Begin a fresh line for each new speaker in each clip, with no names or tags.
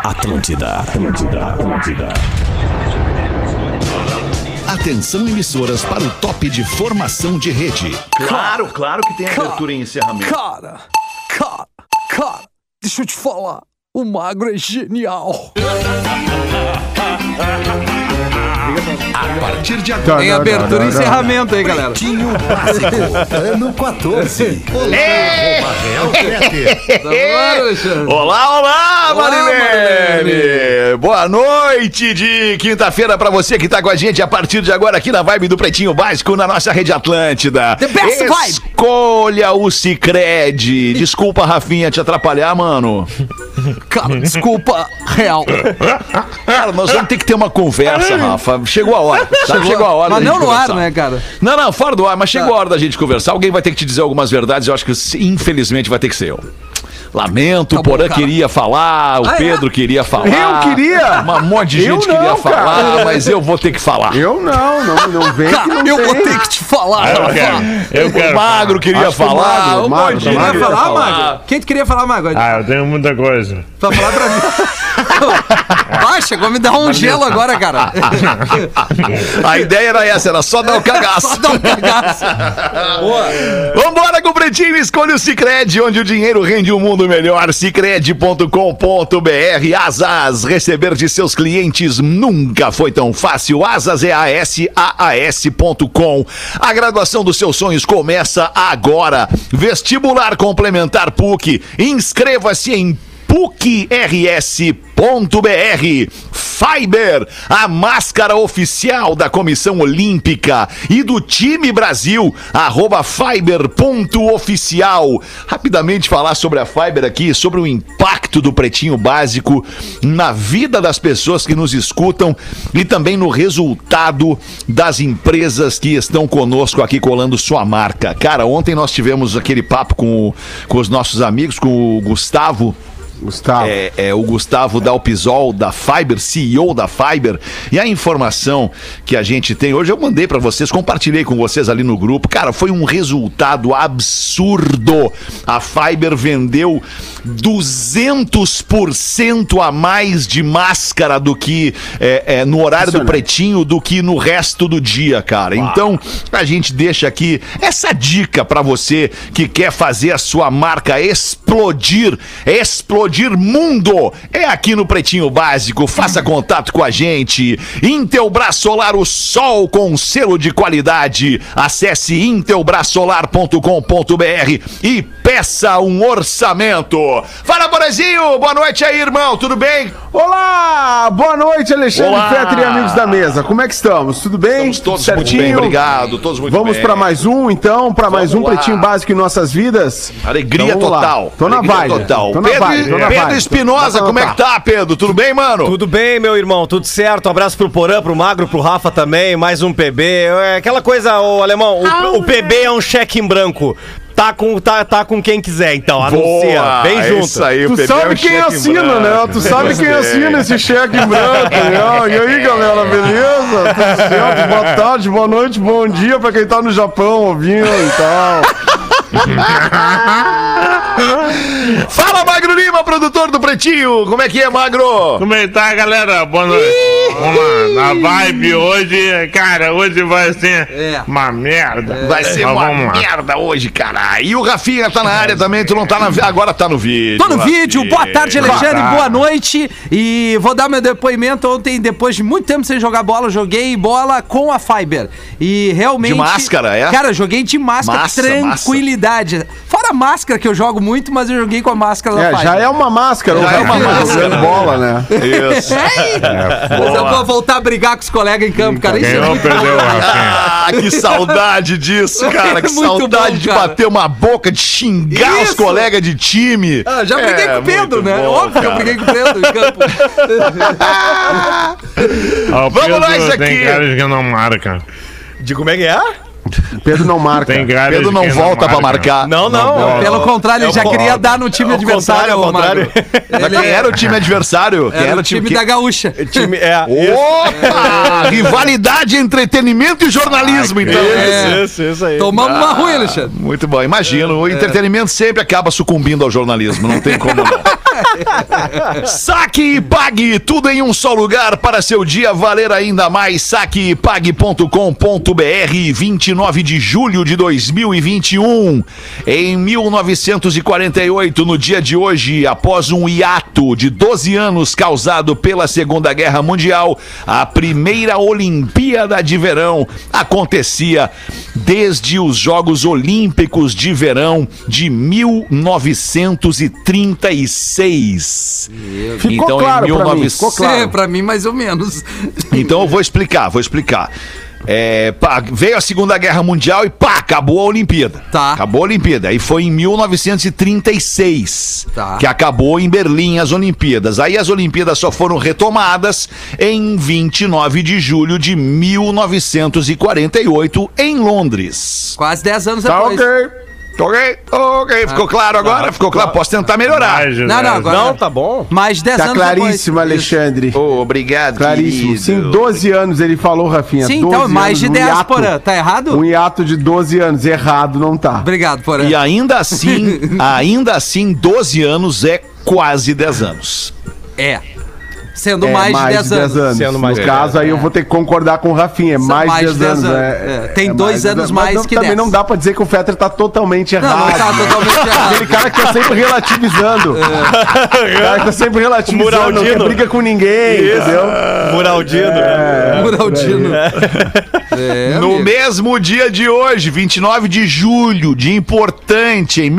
Atlântida. Atenção, emissoras, para o top de formação de rede.
Claro que tem abertura e encerramento.
Cara, deixa eu te falar. O Magro é genial.
A partir de agora.
Tem abertura e encerramento aí, galera.
Pretinho Básico, ano 14.
Olá, Marilene! Boa noite de quinta-feira pra você que tá com a gente a partir de agora aqui na vibe do Pretinho Básico na nossa Rede Atlântida.
The best vibe!
Escolha o Sicredi. Desculpa, Rafinha, te atrapalhar, mano.
Cara, desculpa, real.
Cara, nós vamos ter que ter uma conversa, Rafa. Chegou a hora. Chegou a hora.
Mas
da
não
gente
no ar,
conversar.
né, cara?
Não, fora do ar, mas chegou a hora da gente conversar. Alguém vai ter que te dizer algumas verdades. Eu acho que, infelizmente, vai ter que ser eu. Lamento,
Tá
o Porã
bom,
queria falar, o Pedro queria falar.
Eu queria?
Um monte de gente
Eu
queria
não,
falar,
cara.
mas eu vou ter que falar.
Eu não vem que não
Eu vou
tem.
ter que te falar,
Eu
O
quero.
Magro queria
Acho que o
falar,
Magro,
um
Magro,
monte de
Magro.
gente
Queria
queria
falar, Magro? Quem tu queria falar, Magro?
Ah, eu tenho muita coisa.
Pra falar pra mim. Ah, chegou a me dar um gelo agora, cara.
A ideia era essa, era só dar o cagaço.
Só dá um cagaço.
Vambora com o Pretinho, escolha o Sicredi, onde o dinheiro rende um mundo melhor. Sicredi.com.br. Asas, receber de seus clientes nunca foi tão fácil. Asas é ASAAS.com. A graduação dos seus sonhos começa agora. Vestibular complementar PUC. Inscreva-se em PUCRS.br. Fiber, a máscara oficial da Comissão Olímpica e do time Brasil, @Fiber.oficial. Rapidamente falar sobre a Fiber aqui, sobre o impacto do Pretinho Básico na vida das pessoas que nos escutam e também no resultado das empresas que estão conosco aqui colando sua marca. Cara, ontem nós tivemos aquele papo com os nossos amigos, com o Gustavo. O Gustavo Dalpisol, da Fiber, CEO da Fiber. E a informação que a gente tem hoje, eu mandei pra vocês, compartilhei com vocês ali no grupo. Cara, foi um resultado absurdo. A Fiber vendeu 200% a mais de máscara do que no horário do Pretinho do que no resto do dia, cara. Então, a gente deixa aqui essa dica pra você que quer fazer a sua marca explodir mundo, é aqui no Pretinho Básico. Faça contato com a gente. Intelbras Solar, o sol com selo de qualidade. Acesse intelbrasolar.com.br e peça um orçamento. Fala, Borazinho, boa noite aí, irmão, tudo bem?
Olá, boa noite, Alexandre
Olá.
Fetter e amigos da mesa. Como é que estamos? Tudo bem?
Estamos todos
Tudo
muito bem, obrigado, todos muito
Vamos
bem.
pra mais um, então, pra mais um
lá.
Pretinho Básico em nossas vidas.
Alegria
Então, vamos lá.
total.
Tô na
Alegria
vibe.
total.
Tô na vibe, tô na
Pedro
vibe.
Espinosa, como é que tá, Pedro? Tudo bem, mano?
Tudo bem, meu irmão, tudo certo. Um abraço pro Porã, pro Magro, pro Rafa também. Mais um PB. É aquela coisa, ô alemão, o PB é um cheque em branco. Tá com quem quiser, então, anuncia.
Boa,
Bem
é
junto.
isso aí, o
Tu
PB é
sabe
um
quem
cheque em
assina,
branco.
né? Tu sabe quem assina esse cheque em branco, né? E aí, galera, beleza? Tudo certo? Boa tarde, boa noite, bom dia pra quem tá no Japão ouvindo e tal.
Fala, Magro Lima, produtor do Pretinho. Como é que é, Magro?
Como é que tá, galera? Boa noite. Vamos lá. Na vibe hoje, cara, hoje vai ser uma merda.
Vai ser
Mas
uma
vamos lá.
merda hoje, cara. E o Rafinha tá na área também, tu não tá na... Agora tá no vídeo.
Tô no vídeo, boa tarde, Alexandre,
Boa
boa noite. E vou dar meu depoimento. Ontem, depois de muito tempo sem jogar bola, joguei bola com a Fiber. E realmente...
De máscara, é?
Cara, joguei de máscara,
Massa,
tranquilidade. Fora a máscara, que eu jogo muito, mas eu joguei com a máscara da Fiber.
Já é uma máscara,
Já é uma máscara,
jogando
né?
bola, né?
Isso.
Mas eu vou voltar a brigar com os colegas em campo, cara. Isso é
Ganhou,
muito
perdeu, Rafinha.
Ah, que saudade disso, cara. Que
Muito
saudade
bom,
de
cara.
bater uma boca, de xingar os
Isso.
colegas de time.
Ah, já briguei com o Pedro,
muito
né?
bom,
Óbvio que eu
cara.
briguei com o Pedro em campo.
Ó, o
Vamos lá,
Pedro
isso
tem
aqui.
cara de que não marca.
De como é que é?
Pedro não marca.
Tem cara
Pedro
de
não
quem
volta pra
marca.
marcar.
Não.
Pelo contrário, ele já queria dar no time adversário,
ao
Magro.
Mas quem era o time adversário? Quem
Era o time
que-
da Gaúcha.
Time,
Opa! Rivalidade, entretenimento e jornalismo, então.
Isso aí.
Tomamos uma ruim, Alexandre.
Muito bom, imagino. O entretenimento sempre acaba sucumbindo ao jornalismo, não tem como não. Saque e Pague, tudo em um só lugar para seu dia valer ainda mais. Saquepague.com.br, 29 de julho de 2021. Em 1948, no dia de hoje, após um hiato de 12 anos causado pela Segunda Guerra Mundial, a primeira Olimpíada de Verão acontecia desde os Jogos Olímpicos de Verão de 1936.
Ficou
Então,
claro
em
pra mim,
19...
ficou claro.
É, pra mim mais ou menos.
Então eu vou explicar. Veio a Segunda Guerra Mundial e acabou a Olimpíada.
Tá.
Acabou a Olimpíada. Aí foi em 1936 que acabou em Berlim as Olimpíadas. Aí as Olimpíadas só foram retomadas em 29 de julho de 1948 em Londres.
Quase 10 anos
Tá
depois.
ok. Ficou claro agora? Ficou claro? Posso tentar melhorar.
Não, agora
Não, tá bom.
mais 10
Tá
anos
claríssimo,
depois.
Alexandre.
Obrigado,
Claríssimo.
querido.
Sim, 12 anos ele falou, Rafinha.
Sim,
12
então mais de
anos,
10,
hiato.
Porã. Tá errado?
Um hiato de 12 anos. Errado não tá.
Obrigado, Porã.
E ainda assim, 12 anos é quase 10 anos.
É. Sendo mais de 10 anos.
Sendo mais
no
de
caso, aí eu vou ter que concordar com o Rafinha. É
São
mais de 10 anos.
Tem 2 anos mais
mas
que
também
10.
não dá pra dizer que o Fetter tá totalmente
Não,
errado.
não tá totalmente errado.
Aquele cara que tá sempre relativizando. O cara que tá sempre relativizando, não quer
Muraldino.
briga com ninguém, entendeu?
Muraldino.
Muraldino.
No mesmo dia de hoje, 29 de julho, dia importante, em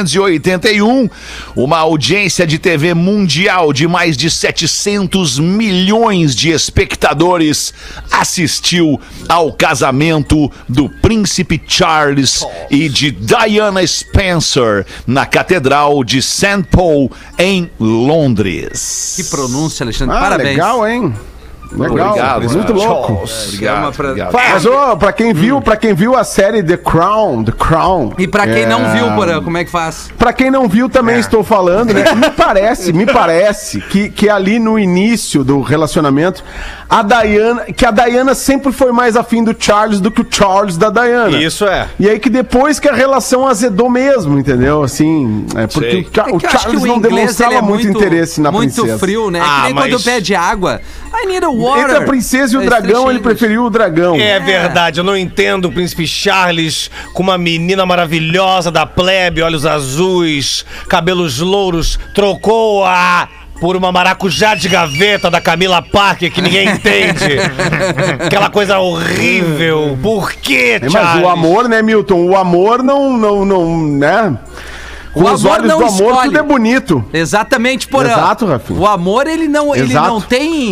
1981, uma audiência de TV mundial de mais de 700 milhões de espectadores assistiu ao casamento do Príncipe Charles e de Diana Spencer na Catedral de St. Paul, em Londres.
Que pronúncia, Alexandre.
Ah,
Parabéns.
legal, hein? Legal,
Obrigado,
muito
cara.
louco.
Obrigado.
Mas, pra quem viu a série The Crown,
E pra quem não viu, Porã, como é que faz?
Pra quem não viu, também estou falando, né? Me parece que ali no início do relacionamento, a Diana sempre foi mais afim do Charles do que o Charles da Diana.
Isso é.
E aí que depois que a relação azedou mesmo, entendeu? Assim, porque o
Que eu acho que
Charles
o
não
inglês,
demonstrava
ele é
muito interesse na
muito
princesa.
frio, né?
Ah,
que nem
mas-
quando pede água. I need a water.
Entre a princesa e o
É
dragão, ele
estrechinho.
preferiu o dragão.
É verdade, eu não entendo o príncipe Charles com uma menina maravilhosa da plebe, olhos azuis, cabelos louros, trocou-a por uma maracujá de gaveta da Camila Parker que ninguém entende. Aquela coisa horrível. Por quê, Charles?
Mas o amor, né, Milton? O amor não, né? Com os
amor
olhos
não
do amor,
escolhe.
tudo é bonito.
Exatamente, Porã.
Exato, Rafinha.
O amor, ele não
Exato.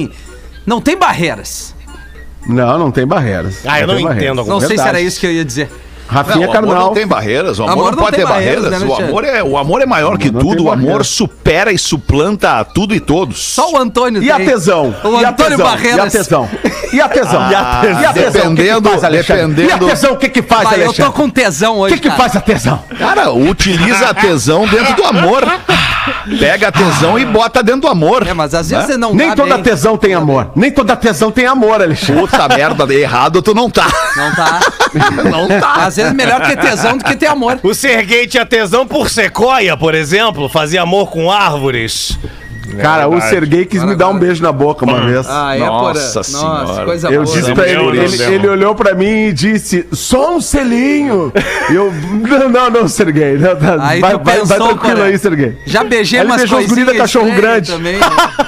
tem barreiras.
Não tem barreiras.
Ah, eu não
tem barreiras.
entendo
Não sei se
Verdade.
era isso que eu ia dizer.
Rafinha
Não, o amor
Carnal.
não tem barreiras, o amor,
Amor
não
não
pode
tem
ter barreiras.
barreiras, né,
O amor é maior que
não
tudo,
tem
o amor
barreiras.
supera e suplanta tudo e todos.
Só o Antônio
E a tesão?
O
E a
Antônio
tesão?
Barreiras.
E a tesão? E a tesão?
Ah,
E a tesão?
dependendo-
O que que faz, Alexandre?
dependendo-
E a tesão, o que que faz,
Vai, eu
Alexandre?
tô com tesão
O
hoje,
que que
cara.
faz a tesão?
Cara, utiliza a tesão dentro do amor. Pega a tesão e bota dentro do amor.
É, mas às vezes
Né?
você não
Nem
tá
toda
bem.
tesão tem amor. Nem toda tesão tem amor, Alexandre.
Puta merda, errado tu não tá.
Não tá.
Não tá.
Às vezes é melhor ter tesão do que ter amor.
O Serguei tinha tesão por sequoia, por exemplo, fazia amor com árvores.
Cara, o
verdade.
Serguei quis me dar um beijo na boca uma vez.
Ah, é,
Nossa
Porã.
senhora.
Nossa, coisa
Eu
boa.
disse
né?
pra
Não
ele,
deu.
ele olhou pra mim e disse, só um selinho. Eu, não, Serguei. Não,
Aí
vai
tu pensou,
tranquilo
Porã.
aí, Serguei.
Já beijei
Aí ele
umas
beijou os guri da
coisinhas
Cachorro
estranhas
Grande.
também,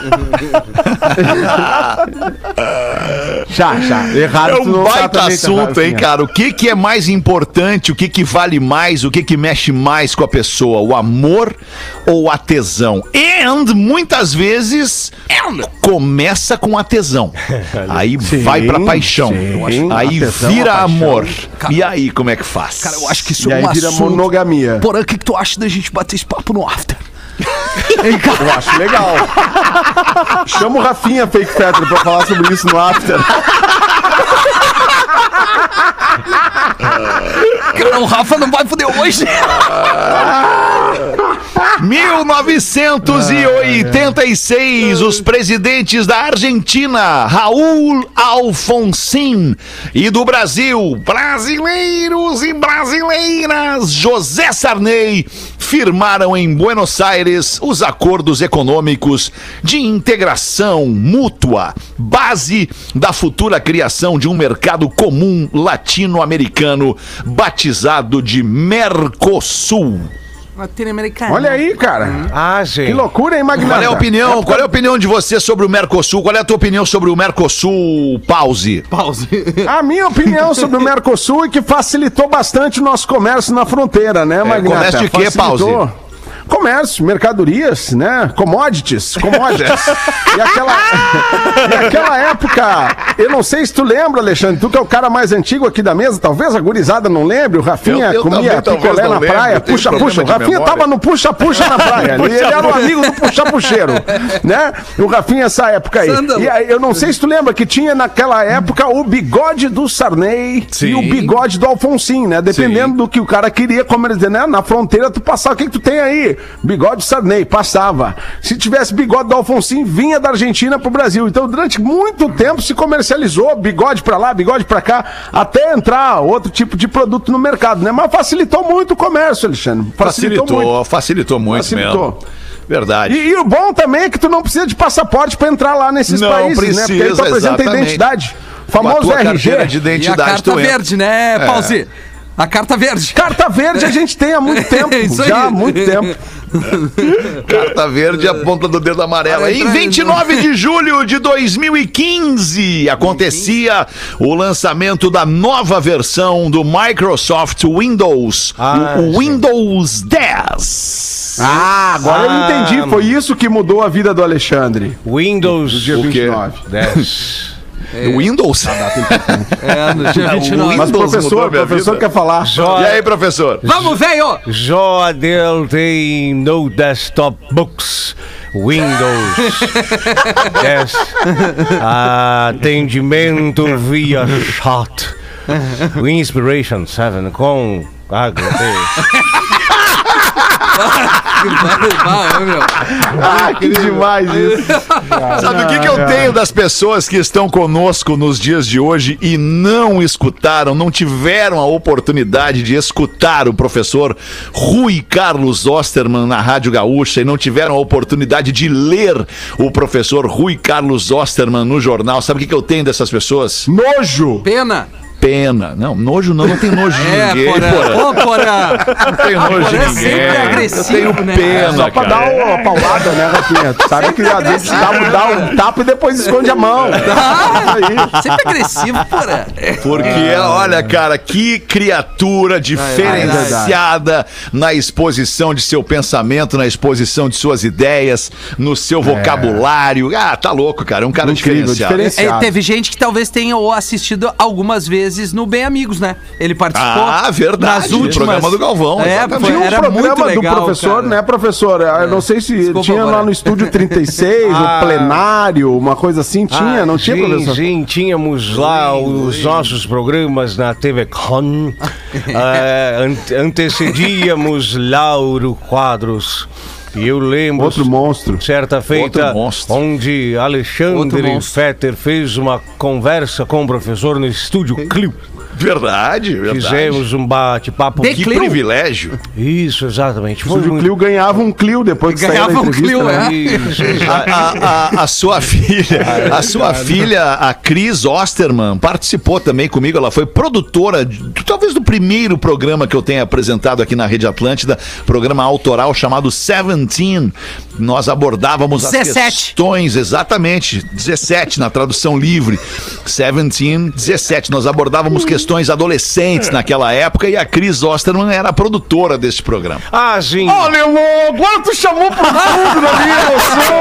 Já. Errado
É
tu
um
não tá
baita
também, tá
assunto,
errado,
hein, cara? O que é mais importante, o que vale mais, o que mexe mais com a pessoa? O amor ou a tesão? E muitas vezes começa com a tesão. Aí vai pra paixão.
sim.
Aí
A tesão,
vira
a paixão.
amor. E aí, como é que faz?
Cara, eu acho que isso
E
é
aí
um
vira
assunto.
monogamia.
Porã, o que tu acha da gente bater esse papo no after?
Eu acho legal. Chama o Rafinha Fake Fetter pra falar sobre isso no After.
Cara, o Rafa não vai foder hoje.
1986, os presidentes da Argentina, Raul Alfonsín, e do Brasil, brasileiros e brasileiras, José Sarney, firmaram em Buenos Aires os acordos econômicos de integração mútua, base da futura criação de um mercado comum latino-americano, batizado de Mercosul.
Latino-americano.
Olha aí, cara.
Ah, gente.
Que loucura, hein, Magnata?
Qual é a opinião de você sobre o Mercosul? Qual é a tua opinião sobre o Mercosul, Pause?
A minha opinião sobre o Mercosul é que facilitou bastante o nosso comércio na fronteira, né, Magnata?
Comércio de quê, Pause?
Comércio, mercadorias, né? Commodities. E aquela época, eu não sei se tu lembra, Alexandre, tu que é o cara mais antigo aqui da mesa, talvez a gurizada não lembre, o Rafinha comia picolé na praia, puxa. O Rafinha tava no puxa-puxa na praia, ele era um amigo do puxa-puxeiro, né? O Rafinha essa época aí. E aí, eu não sei se tu lembra que tinha naquela época o bigode do Sarney e o bigode do Alfonsín, né? Dependendo do que o cara queria, como ele dizia, né? Na fronteira tu passava, o que tu tem aí? Bigode Sarney, passava. Se tivesse bigode do Alfonsín, vinha da Argentina pro Brasil. Então, durante muito tempo se comercializou bigode pra lá, bigode pra cá, até entrar outro tipo de produto no mercado, né? Mas facilitou muito o comércio, Alexandre.
Facilitou muito mesmo. Verdade.
E o bom também é que tu não precisa de passaporte pra entrar lá nesses países, né? Porque aí tu apresenta a identidade. O famoso RG.
De identidade,
e a carta verde, né, Pause? A carta verde.
Carta verde a gente tem há muito tempo. Já há muito tempo.
Carta verde e a ponta do dedo amarelo. Em 29 de julho de 2015, acontecia o lançamento da nova versão do Microsoft Windows, o Windows 10.
Agora eu entendi. Foi isso que mudou a vida do Alexandre.
Windows
do dia 29.
10.
Do Windows?
No dia 29.
Mas o professor quer falar.
E aí, professor?
Vamos, velho!
Joadel tem no desktop books. Windows 10. Atendimento via chat. Inspiration 7 com
que demais isso.
Sabe o que eu tenho das pessoas que estão conosco nos dias de hoje e não escutaram, não tiveram a oportunidade de escutar o professor Rui Carlos Osterman na Rádio Gaúcha e não tiveram a oportunidade de ler o professor Rui Carlos Osterman no jornal? Sabe o que eu tenho dessas pessoas?
Nojo!
Pena.
Não, nojo não tem nojo de ninguém.
Porã.
Não tenho nojo de ninguém.
Sempre agressivo,
eu tenho
né?
pena,
Só pra dar uma paulada, né, Rafinha? Sabe que às vezes dá um tapa e depois esconde a mão.
Sempre agressivo, porã.
Porque, olha, cara, que criatura diferenciada na exposição de seu pensamento, na exposição de suas ideias, no seu vocabulário. Tá louco, cara. É um cara
Incrível,
diferenciado.
Teve gente que talvez tenha assistido algumas vezes no Bem Amigos, né? Ele participou.
Verdade.
Nas últimas.
Programa do Galvão.
Tinha um
era muito
programa
legal,
do professor,
cara.
né, professor? Eu não sei se
Desculpa,
tinha
agora.
lá no Estúdio 36, o plenário, uma coisa assim. Tinha, não tinha, professor?
Sim, tínhamos lá os nossos programas na TV Con. Antecedíamos Lauro Quadros. E eu lembro,
Outro monstro.
certa feita, onde Alexandre Fetter fez uma conversa com o professor no Estúdio Clio.
Verdade.
Fizemos um bate-papo.
Que privilégio.
Isso, exatamente.
O Estúdio Clio ganhava um Clio depois que
Ganhava
saiu da
um
entrevista,
Clio,
né?
Isso,
A sua filha, a Cris Osterman, participou também comigo. Ela foi produtora, talvez do primeiro programa que eu tenha apresentado aqui na Rede Atlântida, programa autoral chamado 17. Nós abordávamos
17.
as questões, exatamente, 17 na tradução livre. 17. Nós abordávamos questões adolescentes naquela época e a Cris Osterman era a produtora desse programa.
sim.
Olha, irmão, agora tu chamou pro fundo da minha emoção, cara.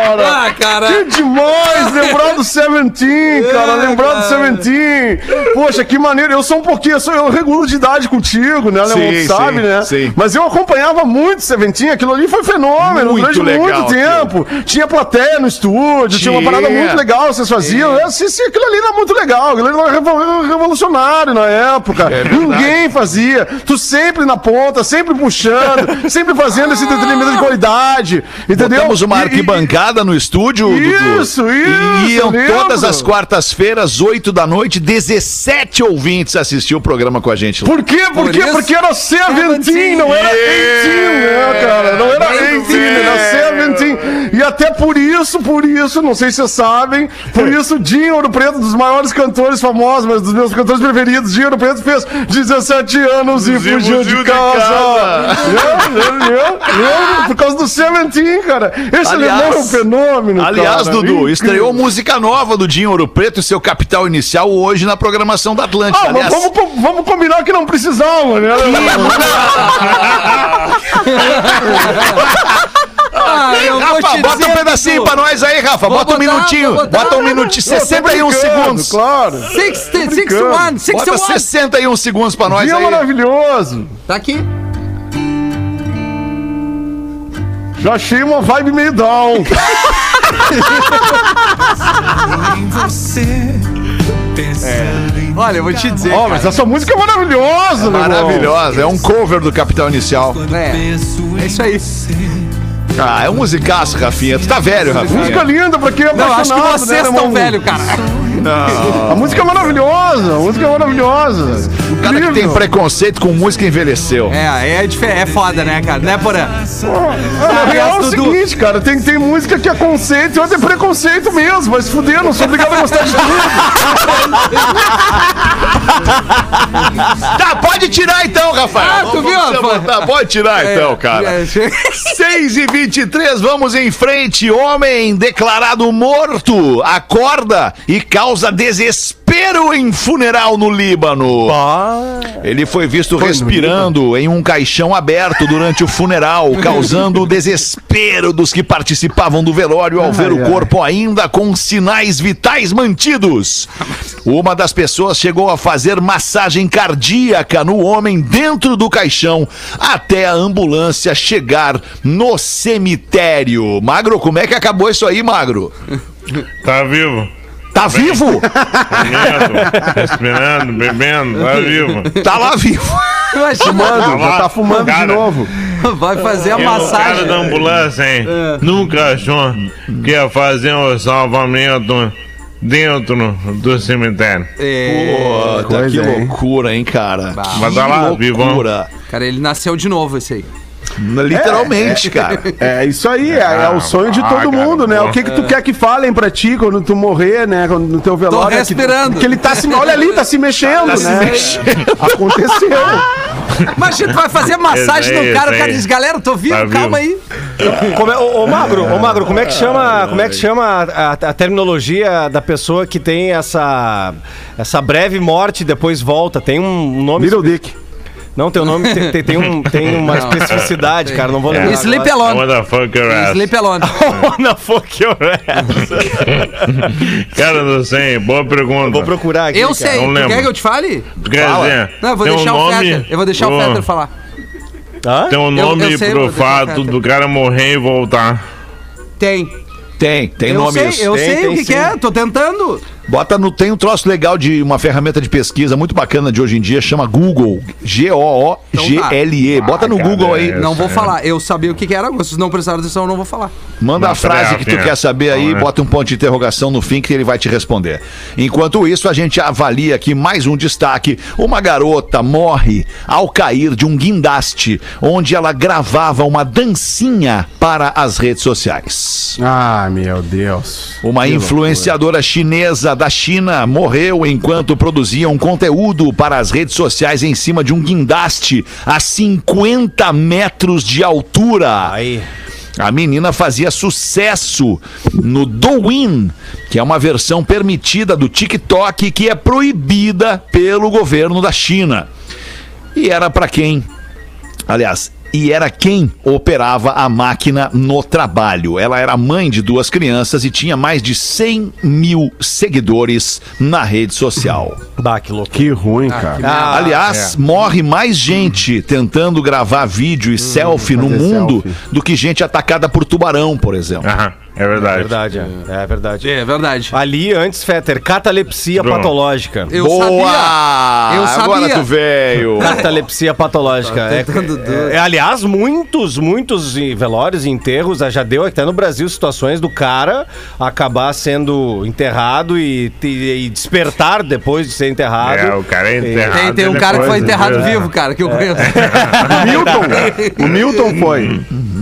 cara. Que demais lembrar do Seventeen, cara. Lembrar do Seventeen. Poxa, que maneiro. Eu sou um pouquinho, eu regulo de idade contigo, né, Leon? Tu sabe, né?
Sim.
Mas eu acompanhava muito Seventeen. Aquilo ali foi fenômeno durante muito tempo. Tinha plateia no estúdio, tinha uma parada muito legal, vocês faziam. Aquilo ali era muito legal. Aquilo ali era revolucionário na época. Ninguém fazia. Tu sempre na ponta, sempre puxando, sempre fazendo esse entretenimento de qualidade. Entendeu?
Temos uma arquibancada no estúdio, Dudu.
Isso.
E iam todas as quartas-feiras, 8 da noite, 17 ouvintes assistir o programa com a gente lá.
Por quê? Porque era Seventeen, não era 18, né, cara? Não era 18, era Seventeen. E até por isso, não sei se vocês sabem, por isso Dinho Ouro Preto, dos maiores cantores famosos, mas dos meus cantores preferidos, Dinho Ouro Preto fez 17 anos e fugiu de casa. Por causa do Seventeen, cara. Esse alemão é um fenômeno,
aliás,
cara.
Dudu, estreou música nova do Dinho Ouro Preto e seu Capital Inicial hoje na programação da Atlântida.
Mas vamos combinar que não precisava, né?
Rafa, bota um pedacinho pra nós aí, Rafa. Bota um minutinho. Bota um minutinho. 61 segundos.
Claro.
61.
Bota 61 segundos pra nós
Dia
aí.
Maravilhoso.
Tá aqui.
Já achei uma vibe meio down.
Olha, eu vou te dizer.
Mas essa música é maravilhosa, né?
Maravilhosa. É um cover do Capital Inicial.
É isso aí.
É um musicaço, Rafinha. Tu tá velho, Rafinha.
Música linda pra quem é
Não,
apaixonado.
acho que vocês estão velho, cara.
A música é maravilhosa.
O cara que tem preconceito com música envelheceu.
É foda, né, cara? Né, Porã?
Na real é o seguinte, cara, tem música que é conceito e outra é preconceito mesmo, mas fuder, não sou obrigado a gostar de tudo.
Tá, pode tirar então, Rafael.
Tu viu?
Pode tirar então, cara. 6h23, vamos em frente. Homem declarado morto acorda e causa desespero em funeral no Líbano. Ele foi visto respirando em um caixão aberto durante o funeral, causando o desespero dos que participavam do velório ao ver o corpo ainda com sinais vitais mantidos. Uma das pessoas chegou a fazer massagem cardíaca no homem dentro do caixão até a ambulância chegar no cemitério. Magro, como é que acabou isso aí, Magro?
Tá vivo.
Tá vivo?
Comendo, respirando, bebendo, tá vivo.
Tá lá vivo.
Fumando, já tá fumando de novo.
Vai fazer a
O
massagem.
cara da ambulância, hein? Nunca achou que ia fazer um salvamento dentro do cemitério.
Puta, que loucura, hein, cara?
Mas tá lá, vivão.
Cara, ele nasceu de novo, esse aí.
Literalmente, cara.
É isso aí, é o sonho de todo mundo, né? O que tu quer que falem pra ti quando tu morrer, né? No teu velório.
Tô respirando.
Que ele tá se... Olha ali, tá se mexendo, né? Aconteceu.
Imagina, tu vai fazer massagem no cara, o cara diz, galera, tô vivo,
Tá
calma aí.
Ô Magro, como é que chama a terminologia da pessoa que tem essa breve morte e depois volta? Tem um nome...
Little Dick.
Não, tem um nome, tem uma especificidade, cara, não vou lembrar.
Sleep
I
alone.
wanna fuck your ass.
Sleep alone.
Wanna fuck your ass.
Cara, não sei, boa pergunta.
Vou procurar aqui,
Eu
cara.
sei,
não
tu
lembro.
quer que eu te fale?
Tu quer dizer?
Não, eu vou
tem
deixar
um
o
nome
Fetter. Eu vou deixar o Fetter falar.
Hã?
Tem um nome
eu sei,
pro
vou deixar o
fato
Fetter.
do cara morrer e voltar.
Tem.
Tem
Eu
nome
sei,
isso.
eu sei
tem
o que
sim.
é, tô tentando.
Tem um troço legal de uma ferramenta de pesquisa muito bacana de hoje em dia, chama Google. Google. Bota no
cara,
Google aí.
Não vou falar. Eu sabia o que era, vocês não prestaram atenção, eu não vou falar.
Manda a frase que tu quer saber aí,
Vamos ver.
bota um ponto de interrogação no fim que ele vai te responder. Enquanto isso, a gente avalia aqui mais um destaque. Uma garota morre ao cair de um guindaste, onde ela gravava uma dancinha para as redes sociais.
Ah, meu Deus.
Uma influenciadora chinesa da China morreu enquanto produzia um conteúdo para as redes sociais em cima de um guindaste a 50 metros de altura.
Aí.
A menina fazia sucesso no Douyin, que é uma versão permitida do TikTok que é proibida pelo governo da China. E era para quem? Aliás, e era quem operava a máquina no trabalho. Ela era mãe de 2 crianças e tinha mais de 100 mil seguidores na rede social.
Bah, que louco.
Que ruim, cara.
Aliás, morre mais gente tentando gravar vídeo e selfie no
fazer
mundo
selfie.
do que gente atacada por tubarão, por exemplo.
Aham, é verdade.
É verdade.
É verdade.
Ali, antes, Fetter, catalepsia
Pronto.
patológica.
Eu
Boa!
sabia. Eu sabia.
Agora tu veio.
Catalepsia patológica. Aliás, muitos velórios e enterros, já deu até no Brasil situações do cara acabar sendo enterrado e despertar depois de ser enterrado.
O cara é enterrado.
Tem um cara que foi
depois,
enterrado
né?
vivo, cara, que eu conheço.
O Milton foi.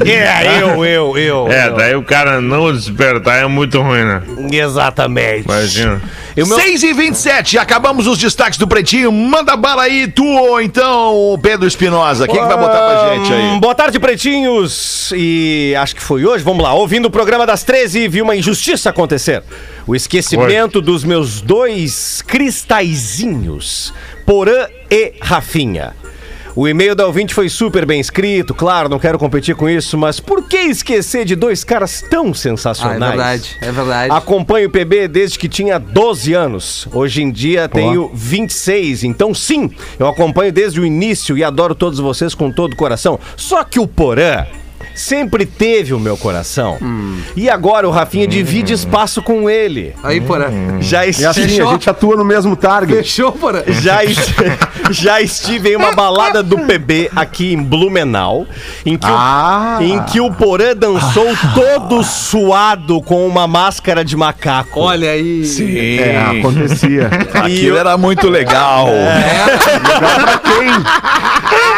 Eu.
Daí o cara não despertar é muito ruim, né?
Exatamente.
Imagina.
6h27, acabamos os destaques do Pretinho. Manda bala aí, tu ou então Pedro Espinosa. Quem que vai botar pra gente aí?
Boa tarde, pretinhos. E acho que foi hoje, vamos lá. Ouvindo o programa das 13, vi uma injustiça acontecer. O esquecimento dos meus 2 cristalzinhos, Porã e Rafinha. O e-mail da ouvinte foi super bem escrito, claro, não quero competir com isso, mas por que esquecer de 2 caras tão sensacionais?
É verdade.
Acompanho o PB desde que tinha 12 anos. Hoje em dia tenho 26, então sim, eu acompanho desde o início e adoro todos vocês com todo o coração. Só que o Porã sempre teve o meu coração. E agora o Rafinha divide espaço com ele.
Aí, Porã.
Já
E assim,
estive...
a gente atua no mesmo target.
Fechou, Porã?
Já estive em uma balada do PB aqui em Blumenau, em que o Porã dançou todo suado com uma máscara de macaco.
Olha aí.
Sim.
Acontecia.
Aquilo era muito legal.
Pra quem?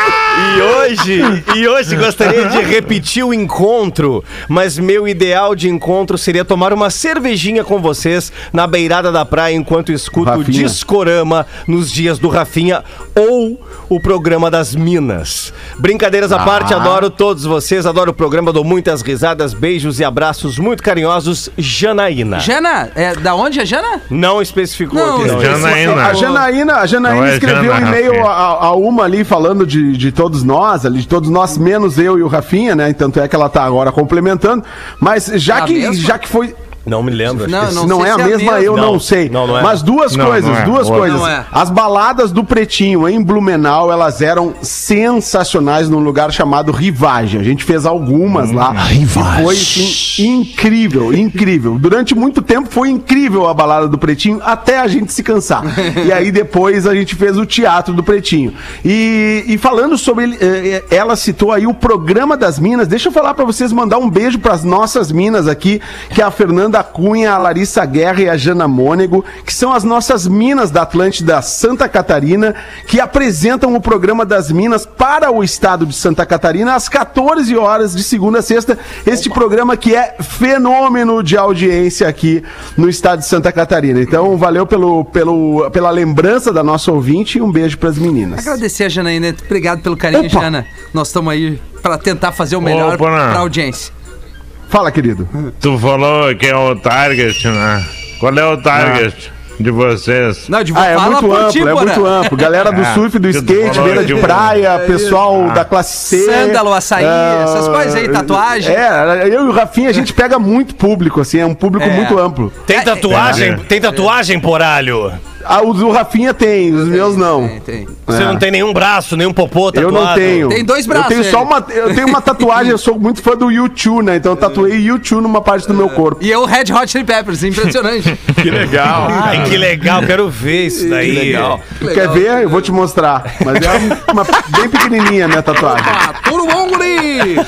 E hoje gostaria de repetir o encontro, mas meu ideal de encontro seria tomar uma cervejinha com vocês na beirada da praia enquanto escuto o
Rafinha.
Discorama nos dias do Rafinha ou o programa das Minas. Brincadeiras à parte, adoro todos vocês, adoro o programa, dou muitas risadas, beijos e abraços muito carinhosos, Janaína.
Jana, da onde é Jana?
Não especificou
Não,
aqui, não.
Janaína.
A Janaína
Não é
escreveu um
Jana,
e-mail
Rafinha.
a uma ali falando de todos nós, menos eu e o Rafinha, né? Tanto é que ela tá agora complementando. Mas já que foi.
Não me lembro.
Não,
Se não
sei
é a
se
mesma, eu
Não,
não sei.
não é.
Mas duas
Não,
coisas.
não é.
Não é.
As baladas do Pretinho em Blumenau, elas eram sensacionais num lugar chamado Rivagem. A gente fez algumas lá.
Rivagem.
E foi assim, incrível. Durante muito tempo foi incrível a balada do Pretinho, até a gente se cansar. E aí depois a gente fez o teatro do Pretinho. E falando sobre ela citou aí o programa das Minas. Deixa eu falar pra vocês, mandar um beijo pras nossas minas aqui, que é a Fernanda Cunha, a Larissa Guerra e a Jana Mônego, que são as nossas minas da Atlântida Santa Catarina, que apresentam o programa das Minas para o estado de Santa Catarina às 14 horas de segunda a sexta. Este programa que é fenômeno de audiência aqui no estado de Santa Catarina. Então, valeu pela lembrança da nossa ouvinte e um beijo para as meninas.
Agradecer a Janaína. Obrigado pelo carinho,
Opa!
Jana. Nós estamos aí para tentar fazer o melhor
Opa, né?
pra audiência.
Fala, querido.
Tu falou que é o target, né? Qual é o target de vocês?
Não,
É
fala
muito
por ti,
amplo, é
Porã.
muito amplo. Galera do surf, do
que tu
skate,
falou
beira de
de
praia, pessoal da classe C.
Sândalo, açaí, essas coisas aí, tatuagem.
Eu e o Rafinha, a gente pega muito público, assim, é um público muito amplo.
Tem tatuagem? Tem tatuagem, poralho?
O do Rafinha tem, os meus não.
Tem.
Você não tem nenhum braço, nenhum popô tatuado?
Eu não tenho.
Tem 2 braços,
Eu tenho só eu tenho uma tatuagem, eu sou muito fã do U2, né? Então eu tatuei U2 numa parte do meu corpo.
E eu, Red Hot Chili Peppers, impressionante.
Que legal.
Ai, que legal, quero ver isso daí.
Que legal.
Quer ver? Eu vou te mostrar. Mas é uma bem pequenininha a minha tatuagem.
Ah, tudo bom, guri?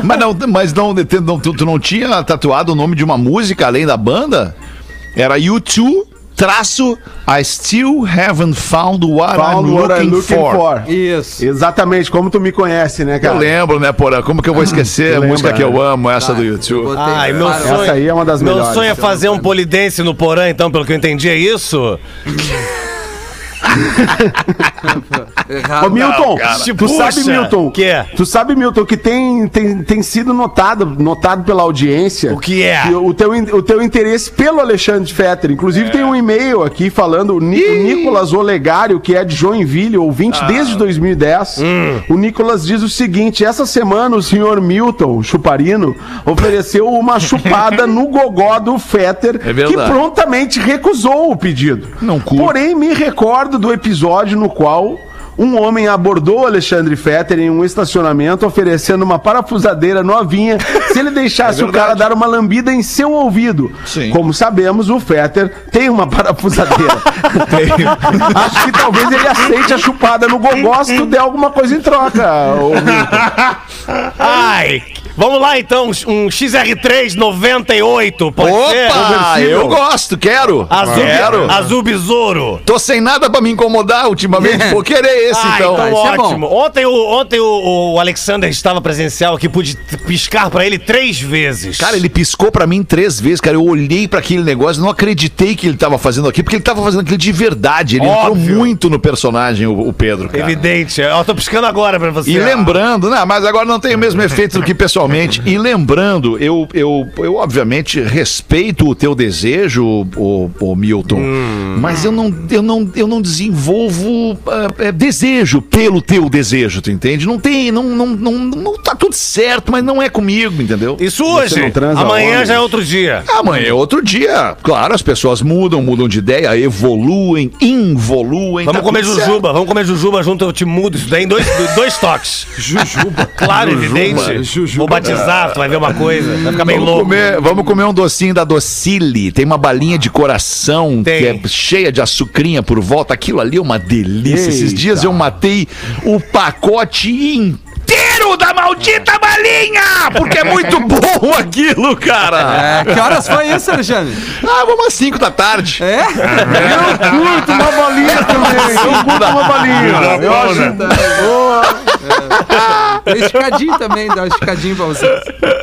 Tu não tinha tatuado o nome de uma música além da banda? Era U2 traço I still haven't found what I'm looking for.
Isso.
Exatamente, como tu me conhece, né, cara?
Eu lembro, né, Porã? Como que eu vou esquecer a
lembra,
música que eu amo, essa do
Eu
YouTube?
botei-
Ai, meu
Claro.
sonho.
Essa aí é uma das
Meu
melhores.
sonho é fazer um polidense no Porã, então, pelo que eu entendi, é isso?
Ô, Milton,
Se
tu
puxa.
sabe, Milton,
Que é?
tu sabe, Milton, que tem sido notado pela audiência.
O que é?
O teu interesse pelo Alexandre Fetter. Inclusive tem um e-mail aqui falando, o Nicolas Olegário, que é de Joinville, ouvinte desde 2010. O Nicolas diz o seguinte: essa semana o senhor Milton Chuparino ofereceu uma chupada no gogó do Fetter,
É
que
verdade.
prontamente recusou o pedido.
Não curto.
Porém, me recordo do episódio no qual um homem abordou Alexandre Fetter em um estacionamento oferecendo uma parafusadeira novinha se ele deixasse o cara dar uma lambida em seu ouvido.
Sim.
Como sabemos, o Fetter tem uma parafusadeira. Acho que talvez ele aceite a chupada no gogó se tu der alguma coisa em troca, ô Milton.
Ai, vamos lá então, um XR3 98, pode ser?
Opa, eu gosto, quero. Quero.
Azul besouro.
Tô sem nada pra me incomodar ultimamente, vou querer esse então.
esse é bom.
ótimo. Ontem o Alexander estava presencial aqui, pude piscar pra ele 3 vezes.
Cara, ele piscou pra mim 3 vezes, cara. Eu olhei pra aquele negócio, não acreditei que ele tava fazendo aqui, porque ele tava fazendo aquilo de verdade. Ele entrou
Óbvio.
muito no personagem, o Pedro, cara.
Evidente. Eu tô piscando agora pra você.
E lembrando, não, mas agora não tem o mesmo efeito do que pessoalmente. E lembrando, eu obviamente respeito o teu desejo, o Milton, mas eu não desenvolvo desejo pelo teu desejo, tu entende? Não tem, não tá tudo certo, mas não é comigo, entendeu?
Isso
Você
hoje.
não transa
Amanhã
homem?
já é outro dia.
Amanhã é outro dia. Claro, as pessoas mudam de ideia, evoluem, involuem.
Vamos
tá
comer
tudo
jujuba, vamos comer jujuba junto, eu te mudo isso daí em dois toques.
Jujuba.
Claro, evidente.
Jujuba.
Vou batizar, tu vai ver uma coisa, vai ficar bem louco.
Vamos comer um docinho da Docile. Tem uma balinha de coração
Tem.
que é cheia de açucrinha por volta. Aquilo ali é uma delícia. Esses
Eita.
dias eu matei o pacote inteiro da maldita balinha! Porque é muito bom aquilo, cara!
Que horas foi isso, Alexandre?
Vamos às 5 da tarde.
É?
Eu curto uma balinha também. Eu curto uma balinha. Eu acho.
Deu esticadinho também, dá um esticadinho pra vocês.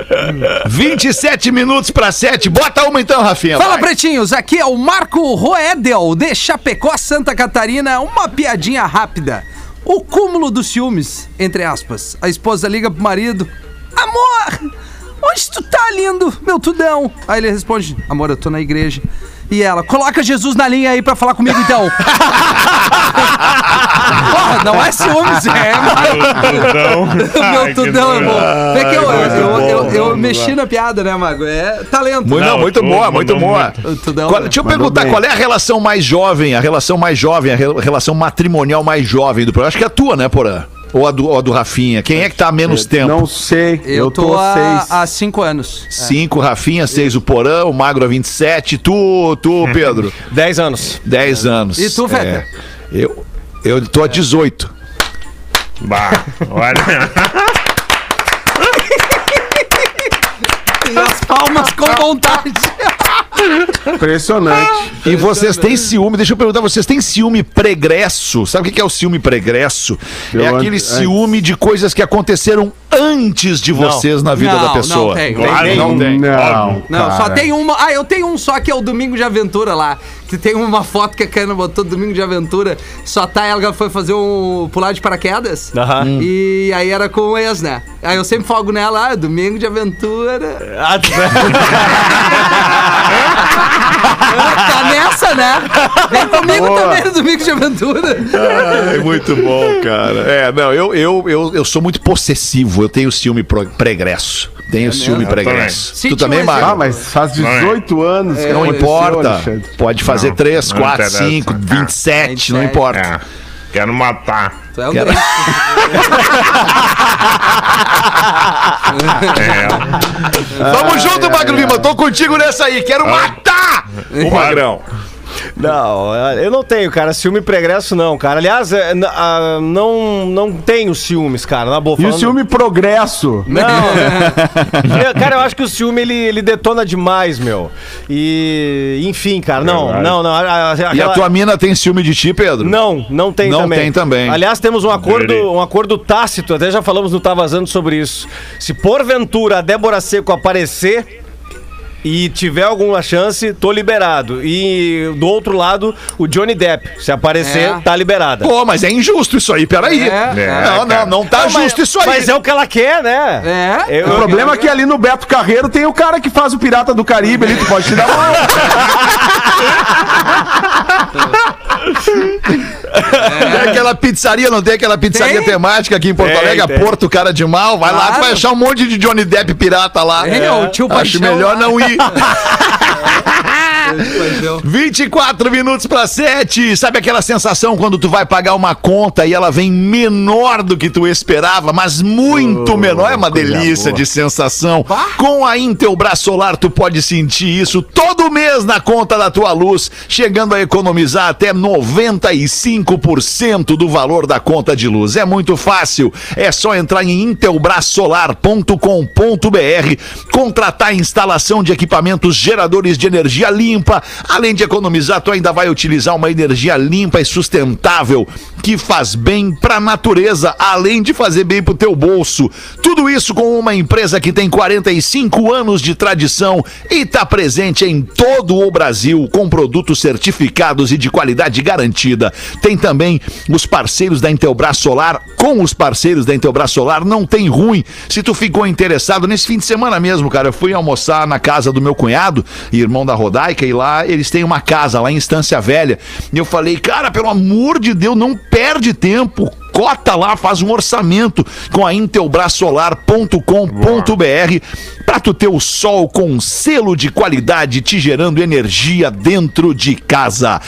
27 minutos para 7. Bota uma então, Rafinha.
Fala,
vai.
pretinhos, aqui é o Marco Roedel, de Chapecó, Santa Catarina. Uma piadinha rápida. O cúmulo dos ciúmes, entre aspas. A esposa liga pro marido: amor, onde tu tá, lindo, meu tudão? Aí ele responde: amor, eu tô na igreja. E ela: coloca Jesus na linha aí pra falar comigo então. Porra, não é ciúmes, meu tudão é bom. Vê que eu mexi na piada, né, Mago? É talento.
Muito boa, muito boa.
O tudão.
Deixa eu perguntar,
bem.
qual é a relação mais jovem, a relação matrimonial mais jovem do programa? Acho que é a tua, né, Porã? Ou a do Rafinha? Quem é que tá há menos tempo?
Não sei.
Eu tô há 5 anos.
5, Rafinha, 6 o Porã, o Magro a 27, tu, Pedro,
10 anos.
10 anos.
E tu, Fetter?
Eu tô a 18.
Bah, olha.
E as palmas com vontade.
Impressionante.
E vocês têm ciúme, deixa eu perguntar, vocês têm ciúme pregresso? Sabe o que é o ciúme pregresso? É aquele ciúme de coisas que aconteceram antes de vocês na vida da pessoa.
Não tem.
Claro,
Não tem.
Não,
Não, só
cara.
tem uma. Eu tenho um só que é o Domingo de Aventura lá. Que tem uma foto que a Cana botou Domingo de Aventura. Só tá ela foi fazer pular de paraquedas.
Aham.
E aí era com o ex, né? Aí eu sempre folgo nela, Domingo de Aventura. Tá nessa, né? Vem comigo também no Domingo de Aventura.
É muito bom, cara. Eu sou muito possessivo. Eu tenho ciúme pregresso. Tenho ciúme pregresso.
Sim,
Tu também,
tio,
Magro?
Mas faz 18 anos que
Não
aconteceu,
importa.
Alexandre.
Pode fazer 3,
não
4,
interessa.
5, 27, não importa.
É, quero matar.
Tu é um
Quero-
doente.
Vamos junto, Magro Lima. Tô contigo nessa aí. Quero matar o Magrão.
Não, eu não tenho, cara. Ciúme pregresso, não, cara. Aliás, não tenho ciúmes, cara. Na boa,
E o
falando-
ciúme progresso?
Não. Cara, eu acho que o ciúme, ele detona demais, meu. E, enfim, cara, não.
E a tua mina tem ciúme de ti, Pedro?
Não tem
Não
também.
tem também.
Aliás, temos um acordo tácito, até já falamos no Tá Vazando sobre isso. Se porventura a Débora Seco aparecer, e tiver alguma chance, tô liberado. E do outro lado, o Johnny Depp, se aparecer, tá liberada.
Pô, mas é injusto isso aí, peraí. Não tá justo isso aí.
Mas é o que ela quer, né?
O problema é que ali no Beto Carreiro tem o cara que faz o Pirata do Caribe ali, tu pode te dar uma...
Aquela pizzaria, não tem aquela pizzaria temática aqui em Porto Alegre, a Porto Cara de Mal, vai lá, tu vai achar um monte de Johnny Depp pirata lá.
O tio
Acho
Paixão
melhor
lá.
não ir. 24 minutos para 7. Sabe aquela sensação quando tu vai pagar uma conta e ela vem menor do que tu esperava, mas muito menor? É uma delícia de sensação. Com a Intelbras Solar tu pode sentir isso todo mês na conta da tua luz, chegando a economizar até 95% do valor da conta de luz. É muito fácil. É só entrar em intelbrasolar.com.br, contratar a instalação de equipamentos geradores de energia limpa. Além de economizar, tu ainda vai utilizar uma energia limpa e sustentável que faz bem pra natureza, além de fazer bem pro teu bolso. Tudo isso com uma empresa que tem 45 anos de tradição e tá presente em todo o Brasil com produtos certificados e de qualidade garantida. Tem também os parceiros da Intelbras Solar. Com os parceiros da Intelbras Solar não tem ruim. Se tu ficou interessado, nesse fim de semana mesmo, cara, eu fui almoçar na casa do meu cunhado, irmão da Rodaica, e lá eles têm uma casa lá em Estância Velha. E eu falei, cara, pelo amor de Deus, não perde tempo. Cota lá, faz um orçamento com a intelbrasolar.com.br para tu ter o sol com selo de qualidade te gerando energia dentro de casa.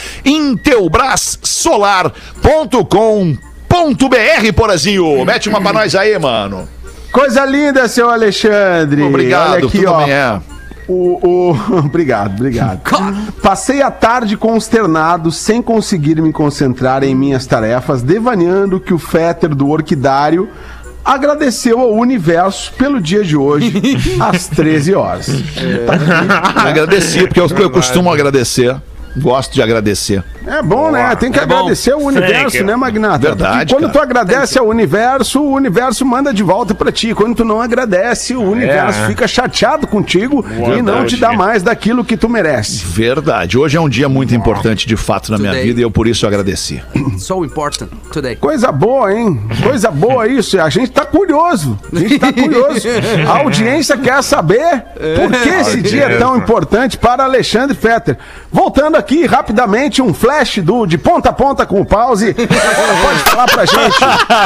intelbrasolar.com.br, Porazinho. Mete uma pra nós aí, mano.
Coisa linda, seu Alexandre.
Obrigado,
olha aqui,
tu
ó.
também é.
Obrigado. Passei a tarde consternado, sem conseguir me concentrar em minhas tarefas, devaneando que o Fetter do Orquidário agradeceu ao universo pelo dia de hoje, às 13 horas.
Agradeci, porque eu costumo agradecer. Gosto de agradecer.
É bom, né? Tem que agradecer ao universo, né, Magnata?
Verdade,
Porque quando
cara.
tu agradece ao universo, o universo manda de volta pra ti. Quando tu não agradece, o universo fica chateado contigo e não te dá mais daquilo que tu merece.
Verdade. Hoje é um dia muito importante, de fato, na minha
Today.
vida e eu por isso agradeci.
So important today.
Coisa boa, hein? Coisa boa isso. A gente tá curioso. A audiência quer saber por que esse dia é tão importante para Alexandre Fetter. Voltando aqui rapidamente, um flash de ponta a ponta com o pause. Pode falar pra gente.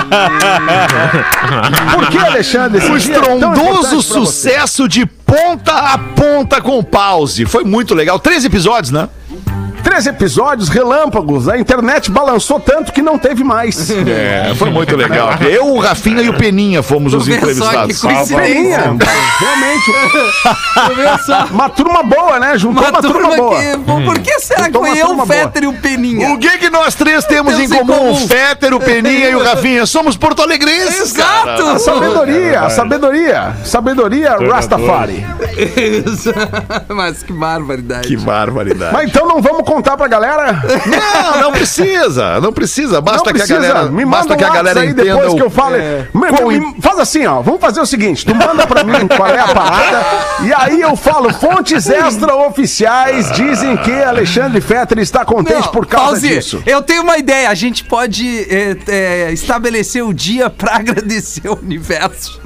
Por que, Alexandre, esse
O
dia é tão importante
estrondoso
pra você?
sucesso de ponta a ponta com o pause. Foi muito legal. 13 episódios, né?
3 episódios relâmpagos. A internet balançou tanto que não teve mais.
É, foi muito legal. Eu, o Rafinha e o Peninha fomos os
vê só que
entrevistados.
coincidência.
Peninha, realmente.
Tu vê só.
Uma turma boa, né? Juntou uma turma boa.
que... Por que será que
Juntou uma
foi eu,
turma
o Fetter e o Peninha?
O que nós três temos em
Temos em
comum?
comum.
O Fetter, o Peninha e o Rafinha. Somos porto-alegrenses, cara.
Exato!
Sabedoria Rastafari.
Isso. Mas que barbaridade.
Que barbaridade.
Mas então não vamos contar pra galera?
Não precisa. Não precisa. Basta
Não
que a
precisa.
galera,
Me
basta
manda
que a galera
aí
entenda
depois que eu fale.
qual
Faz assim, ó. Vamos fazer o seguinte: tu manda pra mim qual é a parada, e aí eu falo. Fontes extraoficiais dizem que Alexandre Fetter está contente
Não,
por causa
Pause,
disso.
eu tenho uma ideia. A gente pode estabelecer o dia pra agradecer o universo.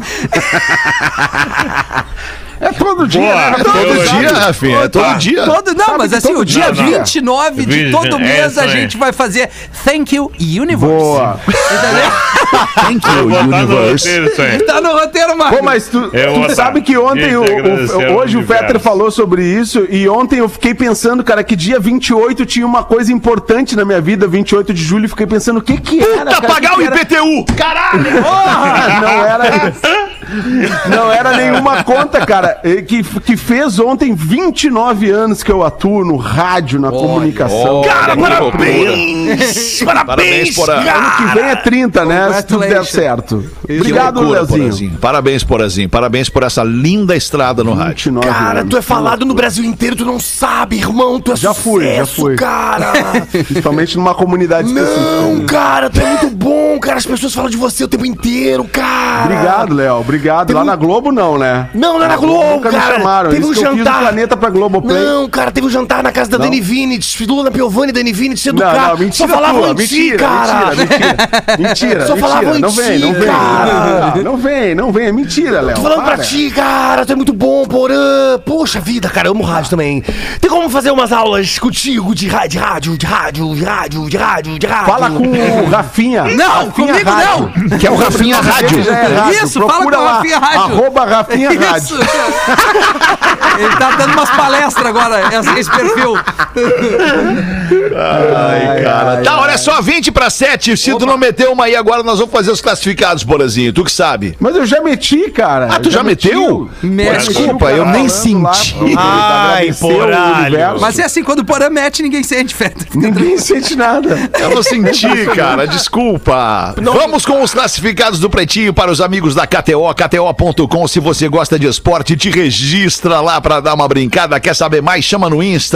É todo dia,
Boa,
né?
é
Todo dia, Rafinha. É todo dia.
Não,
Sabe
mas
que
assim,
todo
o dia
dia.
29 de todo
É
mês
isso
a
aí.
gente vai fazer Thank You Universe.
Boa.
Entendeu?
Thank you,
Botar no
universe.
roteiro isso aí.
Tá no roteiro, Marcos.
Pô, mas tu
Eu vou
sabe
dar.
que ontem,
Gente, agradecer ao
hoje o
universo.
Fetter falou sobre isso, e ontem eu fiquei pensando, cara, que dia 28 tinha uma coisa importante na minha vida, 28 de julho, fiquei pensando, o que era,
Puta,
cara?
pagar o
que era?
IPTU. Caralho.
Não era nenhuma conta, cara, que fez ontem 29 anos que eu atuo no rádio, na comunicação.
Cara, parabéns. Parabéns por
Ano que vem é 30, né? Se tudo der
Congratulations.
certo. Obrigado, Leozinho.
Parabéns, Porazinho. Parabéns por essa linda estrada no rádio.
29
Cara,
anos.
tu é falado no Brasil inteiro, tu não sabe, irmão. Tu é
Já fui.
cara.
Principalmente numa comunidade específica.
Não, cara, tu é muito bom. bom, cara. As pessoas falam de você o tempo inteiro, cara.
Obrigado, Léo. Obrigado. Lá na Globo, não, né?
Não é na Globo,
Nunca
cara.
me chamaram.
Teve um
Isso que eu fiz
jantar.
do Planeta pra Globoplay.
Não, cara, teve um jantar na casa da Dani Vinitz. Lula Piovani e Dani Vinitz, educar.
Não, mentira.
Só falavam em ti,
mentira,
cara.
Mentira.
Só falavam em
não
ti,
vem, não vem.
cara.
Não vem. É mentira, Léo.
Tô falando
Para.
pra ti, cara. Tu é muito bom, Porã. Poxa vida, cara. Eu amo rádio também. Tem como fazer umas aulas contigo de rádio?
Fala com o Rafinha.
Não,
Rafinha
comigo
Rádio.
não.
Que é o Rafinha Rádio.
Já é rádio.
Isso, fala
Procura
com o
lá,
Rafinha Rádio.
@Rafinha Rádio.
Isso. Ele tá dando umas palestras agora, esse perfil.
Ai, cara. Tá, olha só, 20:07. Se tu não meteu uma aí agora, nós vamos fazer os classificados, Porazinho. Tu que sabe.
Mas eu já meti, cara.
Ah, tu já meteu?
Mete.
Desculpa, eu nem senti.
Ai, poralho.
Mas é assim, quando o Porã mete, ninguém sente, Feta.
Ninguém sente nada.
Eu não senti, cara, desculpa. Vamos com os classificados do Pretinho para os amigos da KTO, KTO.com. Se você gosta de esporte, te registra lá pra dar uma brincada. Quer saber mais? Chama no Insta,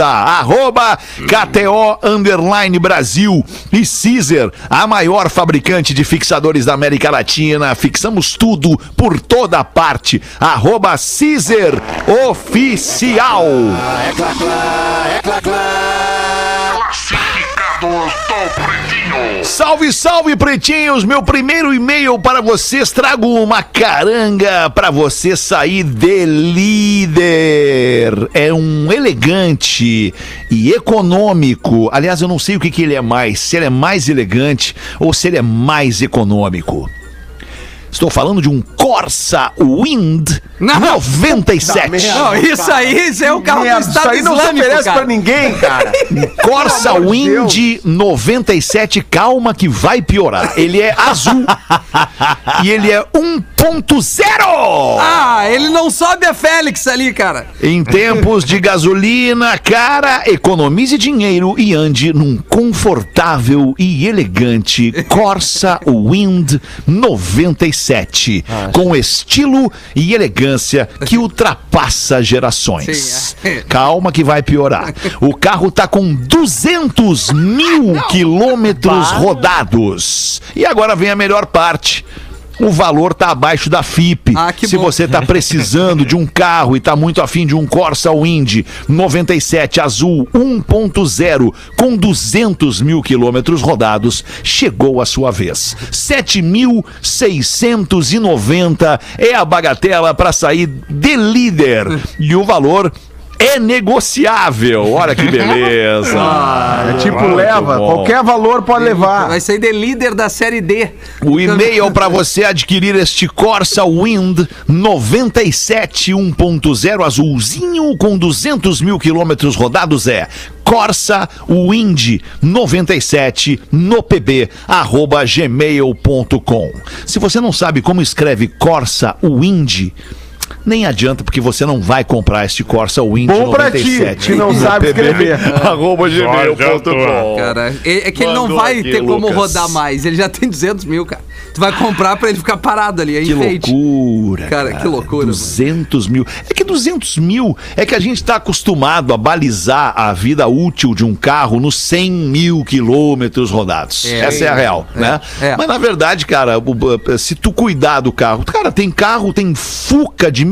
@KTO_Brasil. E Caesar, a maior fabricante de fixadores da América Latina. Fixamos tudo por toda parte. @Caesar Oficial. Salve, salve, pretinhos! Meu primeiro e-mail para vocês. Trago uma caranga para você sair de líder. É um elegante e econômico. Aliás, eu não sei o que ele é mais. Se ele é mais elegante ou se ele é mais econômico. Estou falando de um Corsa Wind
Não.
97.
Não, isso é o carro do
Merda, isso
Estado
aí não se
Islâmico,
oferece pra
cara.
ninguém, cara.
Corsa
Pelo amor de
Wind 97, calma que vai piorar. Ele é azul e ele é 1.0.
Ah, ele não sobe a Félix ali, cara.
Em tempos de gasolina, cara, economize dinheiro e ande num confortável e elegante Corsa Wind 97, com estilo e elegância que ultrapassa gerações.
Sim,
Calma que vai piorar. O carro tá com 200 mil quilômetros rodados. E agora vem a melhor parte. O valor tá abaixo da FIP.
Ah, que
Se
bom.
você tá precisando de um carro e tá muito afim de um Corsa Wind 97 azul 1.0 com 200 mil quilômetros rodados, chegou a sua vez. 7.690 é a bagatela para sair de líder. E o valor é negociável. Olha que beleza.
É tipo,
Muito
leva.
bom.
Qualquer valor pode levar.
Vai sair de líder da Série D.
O e-mail para você adquirir este Corsa Wind 97 1.0 azulzinho com 200 mil quilômetros rodados é Corsa Wind 97 no pb @gmail.com. Se você não sabe como escreve Corsa Wind, nem adianta, porque você não vai comprar este Corsa Wind
Bom pra
97.
ti, que não sabe escrever.
@gmail.com.
Cara, é que ele não
Mandou
vai
aqui,
ter como
Lucas.
rodar mais. Ele já tem 200 mil, cara. Tu vai comprar pra ele ficar parado ali. É
Que
enfeite.
loucura.
Cara, que loucura,
200 mil. É que 200 mil é que a gente tá acostumado a balizar a vida útil de um carro nos 100 mil quilômetros rodados. Essa é a real, né?
é.
Mas na verdade, cara, se tu cuidar do carro. Cara, tem Fuca de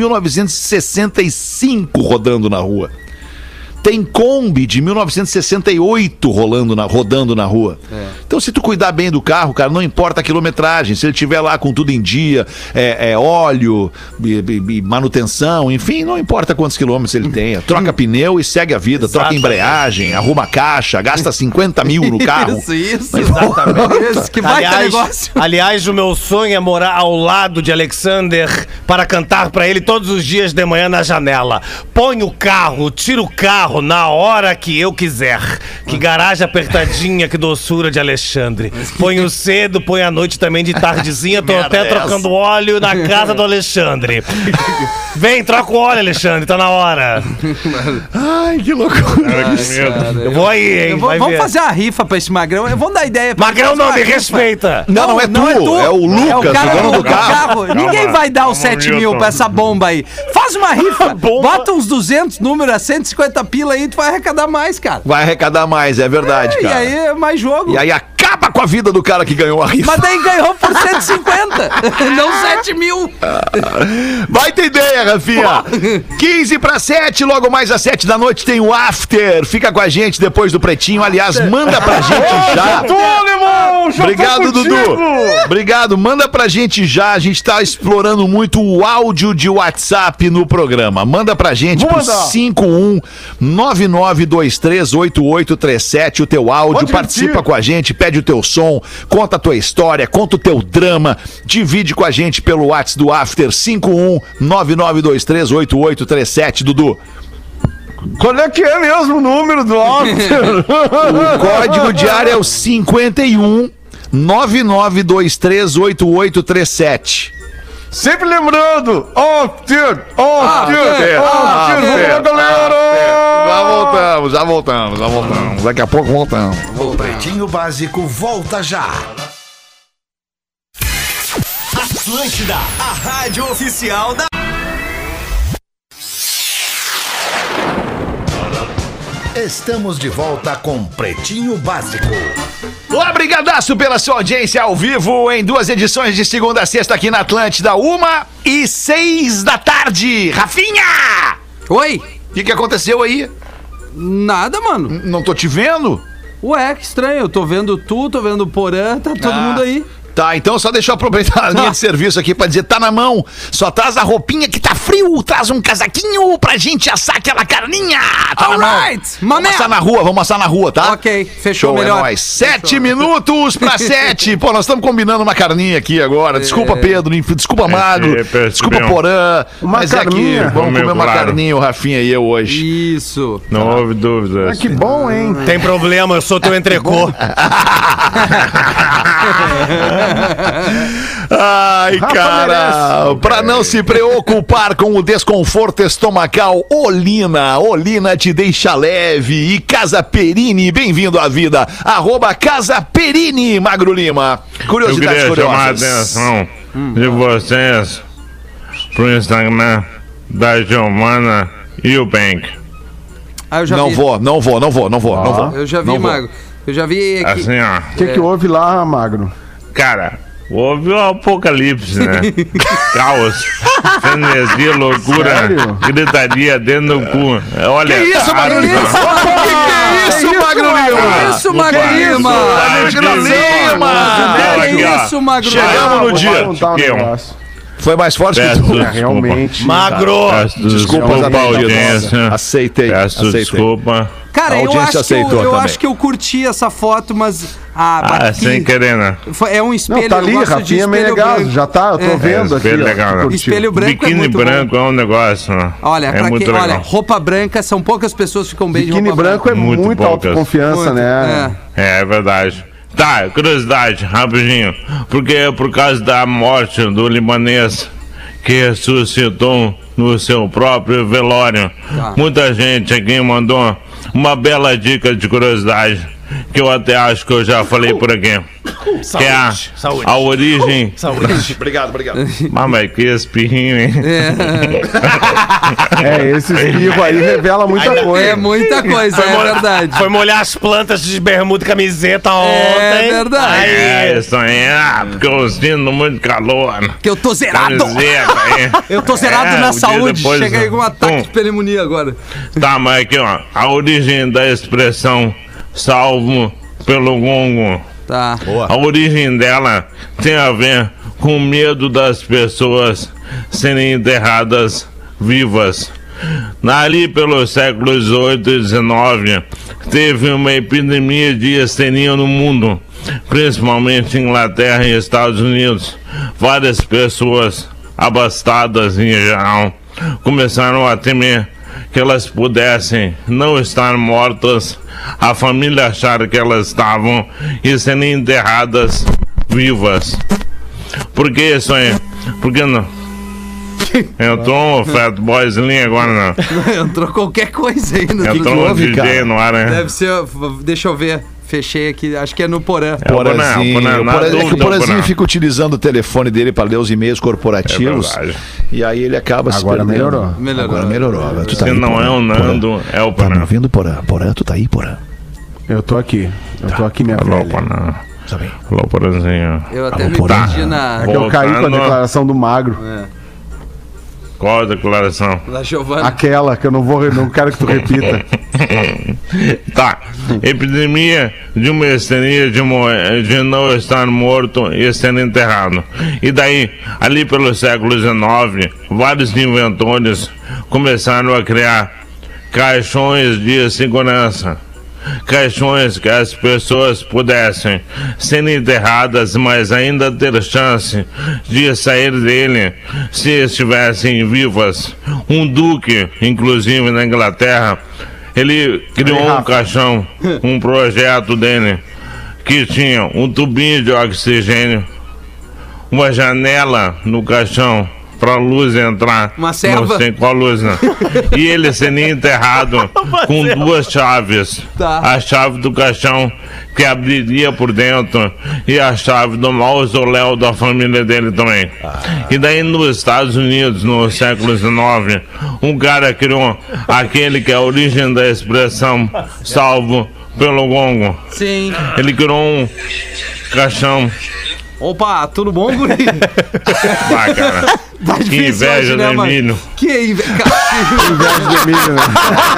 1965 rodando na rua. Tem Kombi de 1968 rodando na rua. Então, se tu cuidar bem do carro, cara, não importa a quilometragem. Se ele estiver lá com tudo em dia, óleo, e manutenção, enfim, não importa quantos quilômetros ele tenha. Troca pneu e segue a vida. Troca embreagem, arruma a caixa, gasta 50 mil no carro.
Isso.
Exatamente.
Isso, que baita negócio.
Aliás, o meu sonho é morar ao lado de Alexander para cantar pra ele todos os dias de manhã na janela. Põe o carro, tira o carro na hora que eu quiser. Que garagem apertadinha, que doçura de Alexandre. Ponho cedo, ponho à noite também de tardezinha. Tô até trocando óleo na casa do Alexandre. Vem, troca o óleo, Alexandre, tá na hora.
Ai, que loucura.
Cara, que medo.
Eu vou aí, hein? Vai
Vamos
ver.
fazer uma rifa pra esse magrão. Vamos dar ideia. pra ele
Magrão
fazer
não,
uma
me
rifa.
respeita.
Não é tu, é o Lucas,
É o cara
o dono do
carro. Ninguém vai dar os
Calma,
7 mil
Milton.
pra essa bomba aí. Faz uma rifa. Bota uns 200 números a 150 pila aí, tu vai arrecadar mais, cara.
Vai arrecadar mais, é verdade,
E
cara.
aí é mais jogo.
E aí a acaba com a vida do cara que ganhou a rifa.
Mas daí ganhou por 150, não 7 mil.
Vai ter ideia, Rafinha. 6:45, logo mais às 7 da noite tem o After. Fica com a gente depois do Pretinho. Aliás, manda pra gente já. Obrigado, Dudu. Obrigado. Manda pra gente já. A gente tá explorando muito o áudio de WhatsApp no programa. Manda pra gente pro 5199238837 o teu áudio. Participa com a gente, pede o teu som, conta a tua história, conta o teu drama. Divide com a gente pelo WhatsApp do After 5199238837, Dudu.
Qual é que é mesmo o número do After?
O código de área é o 5199238837.
Sempre lembrando, After, galera!
Já voltamos. Daqui a pouco voltamos.
O Pretinho Básico volta já.
Atlântida, a rádio oficial da...
Estamos de volta com Pretinho Básico.
Obrigadaço pela sua audiência ao vivo em 2 edições de segunda a sexta aqui na Atlântida, 1h06 da tarde. Rafinha!
Oi?
O que aconteceu aí?
Nada, mano.
Não tô te vendo?
Ué, que estranho. Eu tô vendo tu, tô vendo o Porã, tá todo mundo aí.
Tá, então só deixa eu aproveitar a linha de serviço aqui pra dizer, tá na mão. Só traz a roupinha que tá frio, traz um casaquinho pra gente assar aquela carninha. Tá na mão. Vamos assar na rua, tá?
Ok, fechou.
Show,
melhor.
É nóis. 7 minutos pra 7. Pô, nós estamos combinando uma carninha aqui agora. Desculpa, Pedro, desculpa, Magro, desculpa, Porã. Mas
carninha.
É que vamos comer uma carninha, o Rafinha e eu hoje.
Isso.
Não houve dúvidas.
Que bom, hein?
Tem problema, eu sou teu entrecô.
Ai, cara, pra não se preocupar com o desconforto estomacal, Olina te deixa leve. E Casa Perini, bem-vindo à vida. @Casa Perini, Magro Lima. Curiosidades
Eu queria chamar a
curiosas.
atenção de vocês pro Instagram da Giovana Eubank.
Ah, eu já
Não
vi.
vou.
Eu já vi,
Não vou.
Mago. Eu já vi aqui.
Assim, ó.
O que houve lá, Magro?
Cara, houve o apocalipse, né? Caos, frenesia, loucura,
Sério?
gritaria dentro do cu. Olha,
Que isso, Magro Lima? Que isso, Magro Lima?
Isso, Magro Lima! Que isso, Magro Lima?
Chegamos no
Vou
dia.
perguntar um
que
negócio.
Foi mais forte que
Peço
tu.
Realmente.
Magro!
Peço
Desculpas,
desculpa a
atendidas.
audiência.
Aceitei.
Peço desculpa.
Cara,
A
eu
audiência
acho, que
aceitou
eu
também.
acho que eu curti essa foto, mas...
Sem querer, né?
É um espelho.
Não, tá ali,
eu gosto de
Rafinha
espelho
Menegaso.
branco.
Já tá, eu tô vendo aqui.
espelho
ó.
legal, né?
Curtiu.
Espelho branco é
Biquíni
muito
branco
bom.
é um negócio, né?
Olha,
é
pra
muito
quem,
legal.
olha, roupa branca, são poucas pessoas que ficam bem
Biquíni
de roupa
branco é
Muito
muita
poucas.
autoconfiança,
Muito,
né?
É verdade. Tá, curiosidade, rapidinho. Porque é por causa da morte do libanês que ressuscitou no seu próprio velório.
Tá.
Muita gente aqui mandou uma bela dica de curiosidade que eu até acho que eu já falei por aqui. Que é a origem.
Obrigado.
Mas que espirrinho, hein?
Esse espirro aí revela muita coisa.
É muita coisa, é verdade.
Foi molhar as plantas de bermuda e camiseta
É
ontem.
verdade.
É isso aí, porque eu sinto muito calor.
Que eu tô zerado.
Camiseta aí.
Eu tô zerado
É,
na
o dia
saúde.
depois,
Chega aí com um ataque
pum.
de pneumonia agora.
Tá, mas aqui, ó. A origem da expressão salvo pelo gongo.
Tá.
A origem dela tem a ver com o medo das pessoas serem enterradas vivas. Ali pelos séculos XVIII e XIX, teve uma epidemia de histeria no mundo, principalmente em Inglaterra e Estados Unidos. Várias pessoas, abastadas em geral, começaram a temer que elas pudessem não estar mortas, a família achar que elas estavam e serem enterradas vivas. Por que isso aí? Por que não? Entrou um Fat Boyzinho agora, não.
Entrou qualquer coisa aí no
Entrou um DJ no ar, né?
Deve ser. Deixa eu ver. Fechei aqui. Acho que é no Porã.
É o
Porazinho. É que o Porazinho fica utilizando o telefone dele para ler os e-mails corporativos.
É verdade.
E aí ele acaba se
Agora
perdendo.
melhorou.
Agora melhorou. Tu tá
Se
aí,
não
Porã?
é o Nando, é o
Tá me
Porã.
ouvindo, Porã? Porã, tu tá aí, Porã?
Eu tô aqui. Eu tô aqui, minha
Alô,
velha.
Porã. Alô, Porazinho.
Eu até me perdi na...
É que eu caí com a
Voltando.
declaração do Magro.
Qual a declaração?
Da Giovana.
Aquela que eu não quero que tu repita.
Tá. Epidemia de uma estenia de não estar morto e ser enterrado. E daí, ali pelo século XIX, vários inventores começaram a criar caixões de segurança. Caixões que as pessoas pudessem ser enterradas, mas ainda ter chance de sair dele se estivessem vivas. Um duque, inclusive na Inglaterra, ele criou um caixão, um projeto dele, que tinha um tubinho de oxigênio, uma janela no caixão para a luz entrar.
Uma serva.
Não sei qual luz, não. E ele seria enterrado com duas chaves.
Tá.
A chave do caixão, que abriria por dentro, e a chave do mausoléu da família dele também. E daí nos Estados Unidos, no século XIX, um cara criou aquele que é a origem da expressão salvo pelo gongo.
Sim.
Ele criou um caixão.
Opa, tudo bom, guri?
Ah, cara.
Tá
Que
difícil
inveja
hoje, né,
do
mano?
Emílio.
Que inveja.
Inveja de Emílio, né?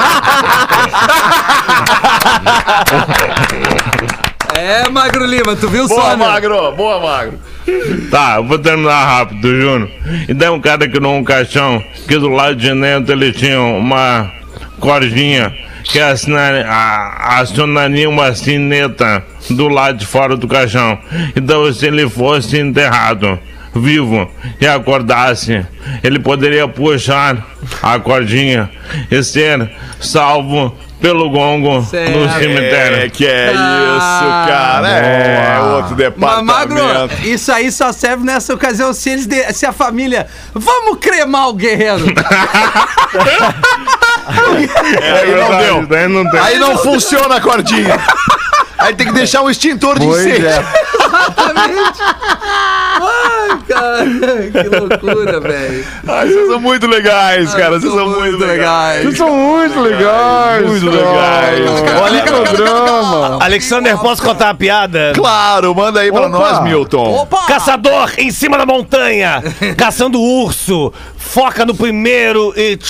É, Magro Lima, tu viu
Boa,
só, né?
Magro. Boa, Magro.
Tá, eu vou terminar rápido, Júnior. E daí um cara criou um caixão que do lado de dentro ele tinha uma cordinha que acionaria uma sineta do lado de fora do caixão. Então, se ele fosse enterrado vivo e acordasse, ele poderia puxar a cordinha e ser salvo pelo gongo
Certo.
no cemitério.
É que é isso, cara. É outro
Mas, Magro,
departamento.
isso aí só serve nessa ocasião se a família... Vamos cremar o guerreiro.
Aí não deu.
Daí não tem.
Aí não funciona a cordinha. Aí tem que deixar um extintor de
Pois
incêndio.
é.
Exatamente. Ai, cara, que loucura, velho.
Ai, vocês são muito legais, cara. Vocês são muito legais.
Vocês são muito legais.
Muito
cara.
legais.
Olha o programa.
Alexander, posso contar a piada?
Claro, manda aí pra
Opa.
nós, Milton.
Opa!
Caçador em cima da montanha, caçando urso, foca no primeiro e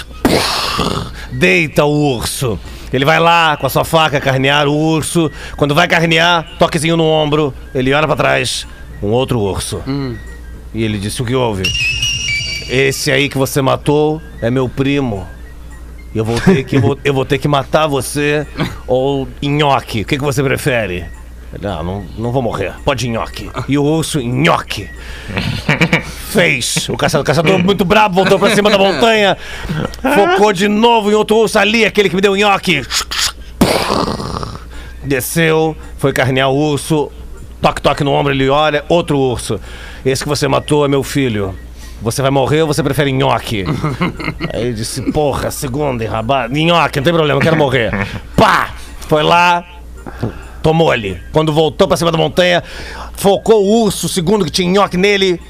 deita o urso. Ele vai lá com a sua faca carnear o urso. Quando vai carnear, toquezinho no ombro, ele olha pra trás, um outro urso. E ele disse: o que houve? Esse aí que você matou é meu primo. Eu vou ter que matar você ou nhoque. O que você prefere? Não vou morrer. Pode nhoque. E o urso, nhoque. Fez. O caçador muito bravo voltou pra cima da montanha. Focou de novo em outro urso ali, aquele que me deu nhoque. Desceu, foi carnear o urso. Toque no ombro, ele olha. Outro urso. Esse que você matou é meu filho. Você vai morrer ou você prefere nhoque? Aí ele disse: porra, segunda, enrabada. Nhoque, não tem problema, eu quero morrer. Pá! Foi lá, tomou ali. Quando voltou pra cima da montanha, focou o urso, o segundo que tinha nhoque nele.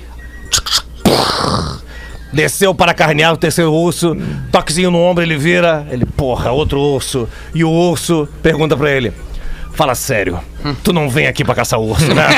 Desceu para carnear o terceiro urso. Toquezinho no ombro, ele vira. Ele, porra, outro urso. E o urso pergunta pra ele: fala sério, tu não vem aqui pra caçar urso, né?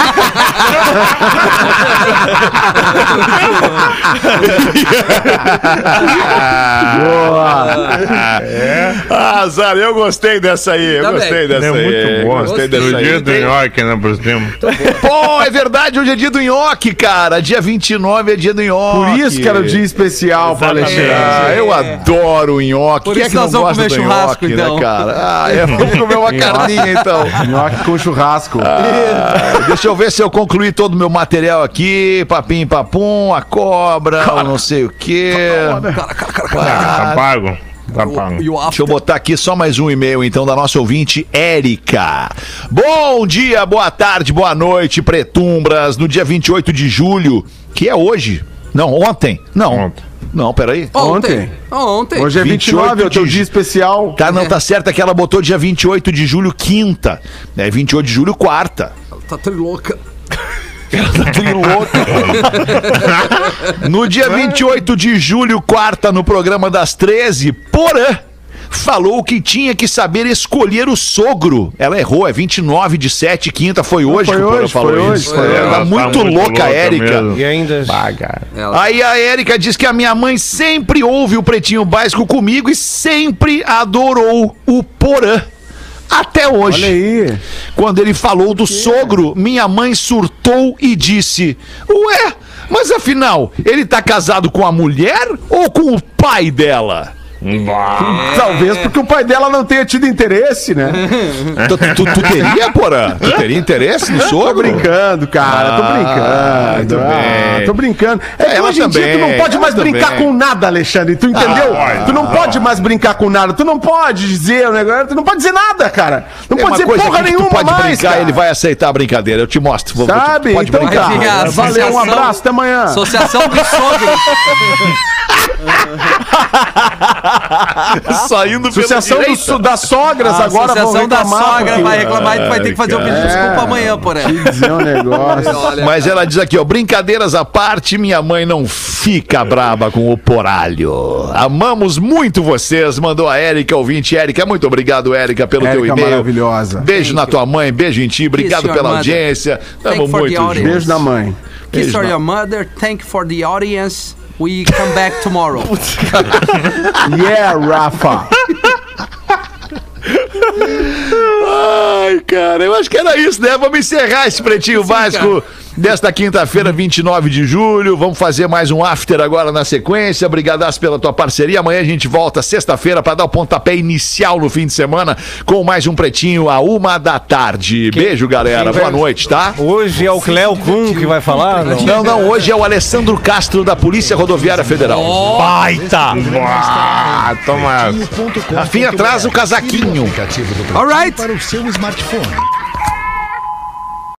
Azar, eu gostei dessa aí. Eu
Também.
gostei dessa
É
aí.
muito bom.
Gostei
No
dessa
dia
aí.
do nhoque, né, por cima.
Pô, é verdade, hoje é dia do nhoque, cara. Dia 29 é dia do nhoque.
Por isso que era o dia especial pra Alexandre.
Ah, eu adoro o nhoque.
Por
Quem é
isso
que não
nós vamos
gosta
comer
do
churrasco,
nhoque,
então.
né, cara? Ah, vamos comer uma carninha, então.
Nhoque com churrasco.
Deixa eu ver se eu concluí todo o meu material aqui. Papim, papum, a cobra, o não sei o quê.
Tá pago? Tá pago.
E o
Deixa eu botar aqui só mais um e-mail, então, da nossa ouvinte, Érica. Bom dia, boa tarde, boa noite, pretumbras. No dia 28 de julho, que é hoje. Não, ontem. Não.
Ontem.
Não, peraí.
Ontem.
Hoje é 29, é o teu
28
dia especial.
Tá, não, tá certo, é que ela botou dia 28 de julho, quinta. É 28 de julho, quarta.
Tá trilouca.
No dia 28 de julho, quarta, no programa das 13, Porã falou que tinha que saber escolher o sogro. Ela errou, é 29/7, quinta, foi hoje que o Porã falou isso. Tá muito louca a Érica.
E ainda...
Aí a Érica diz que a minha mãe sempre ouve o Pretinho Básico comigo e sempre adorou o Porã. Até hoje.
Olha aí.
Quando ele falou do sogro, minha mãe surtou e disse: ué, mas afinal, ele tá casado com a mulher ou com o pai dela?
Talvez porque o pai dela não tenha tido interesse, né?
Tu teria, Porã? Tu teria interesse no
Tô
sogro?
brincando, cara. Tô brincando.
muito bem.
Tô brincando. É que
Ela
hoje em dia tu
também,
não pode mais
ela
brincar
também.
com nada, Alexandre. Tu entendeu? Tu não pode mais brincar com nada. Tu não pode dizer o negócio. Tu não pode dizer nada, cara. Não
Tem
pode
uma
dizer
coisa
porra
aqui que
nenhuma
tu pode
mais,
brincar,
cara.
ele vai aceitar a brincadeira. Eu te mostro.
Sabe?
Tu pode
Então
brincar.
Vai vir a
tá. Valeu, um
associação-
abraço, até amanhã.
Associação dos sogros.
Saindo pela
Associação
direita.
das sogras
A
agora vão
associação da
reclamar.
sogra
porque-
vai reclamar e tu vai ter que fazer o pedido de desculpa amanhã, Porã.
Te dizer um negócio.
Mas ela diz aqui, ó, brincadeiras à parte, minha mãe não fica braba com o poralho. Amamos muito vocês, mandou a Érica, ouvinte. Érica, muito obrigado, Érica, pelo teu
Érica
e-mail.
maravilhosa.
Beijo na tua mãe, beijo em ti, obrigado
Kiss your
pela
mother.
audiência.
Thank
Tamo
for
muito
the audience.
juntos.
Beijo da mãe.
Kiss
Beijo
for
na-
your mother, thank you for the audience. We come back tomorrow.
Yeah, Rafa.
Ai, cara, eu acho que era isso, né? Vamos encerrar esse Pretinho Básico desta quinta-feira, 29 de julho. Vamos fazer mais um after agora na sequência. Brigadaço pela tua parceria. Amanhã a gente volta sexta-feira para dar o pontapé inicial no fim de semana com mais um Pretinho à 1h da tarde. Beijo, galera. Boa noite, tá?
Hoje é o Cleo Kuhn que vai falar? Não.
Não, hoje é o Alessandro Castro da Polícia Rodoviária Federal.
Baita!
Rafinha, traz o casaquinho.
Aplicativo do
All right.
para o seu smartphone.